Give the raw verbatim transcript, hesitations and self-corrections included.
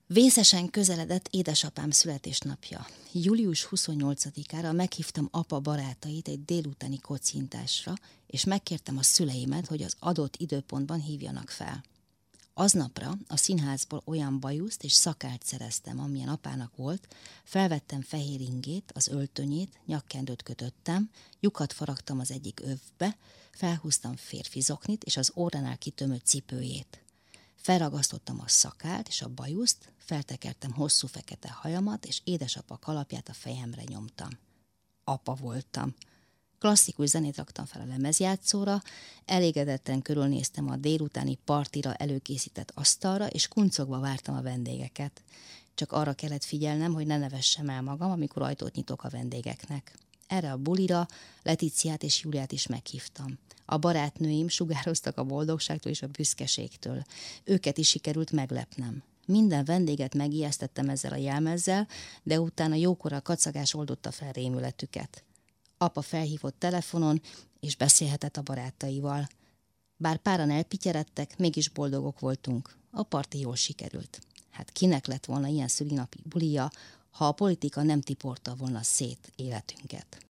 Vészesen közeledett édesapám születésnapja. július huszonnyolcadikára meghívtam apa barátait egy délutáni kocintásra, és megkértem a szüleimet, hogy az adott időpontban hívjanak fel. Aznapra a színházból olyan bajuszt és szakált szereztem, amilyen apának volt, felvettem fehér ingét, az öltönyét, nyakkendőt kötöttem, lyukat faragtam az egyik övbe, felhúztam férfi zoknit és az óránál kitömött cipőjét. Felragasztottam a szakált és a bajuszt, feltekertem hosszú fekete hajamat, és édesapa kalapját a fejemre nyomtam. Apa voltam. Klasszikus zenét raktam fel a lemezjátszóra, elégedetten körülnéztem a délutáni partira előkészített asztalra, és kuncogva vártam a vendégeket. Csak arra kellett figyelnem, hogy ne nevessem el magam, amikor ajtót nyitok a vendégeknek. Erre a bulira Leticiát és Júliát is meghívtam. A barátnőim sugároztak a boldogságtól és a büszkeségtől. Őket is sikerült meglepnem. Minden vendéget megijesztettem ezzel a jelmezzel, de utána jókora a kacagás oldotta fel rémületüket. Apa felhívott telefonon, és beszélhetett a barátaival. Bár páran elpityeredtek, mégis boldogok voltunk. A parti jól sikerült. Hát kinek lett volna ilyen szülinapi bulija, ha a politika nem tiporta volna szét életünket?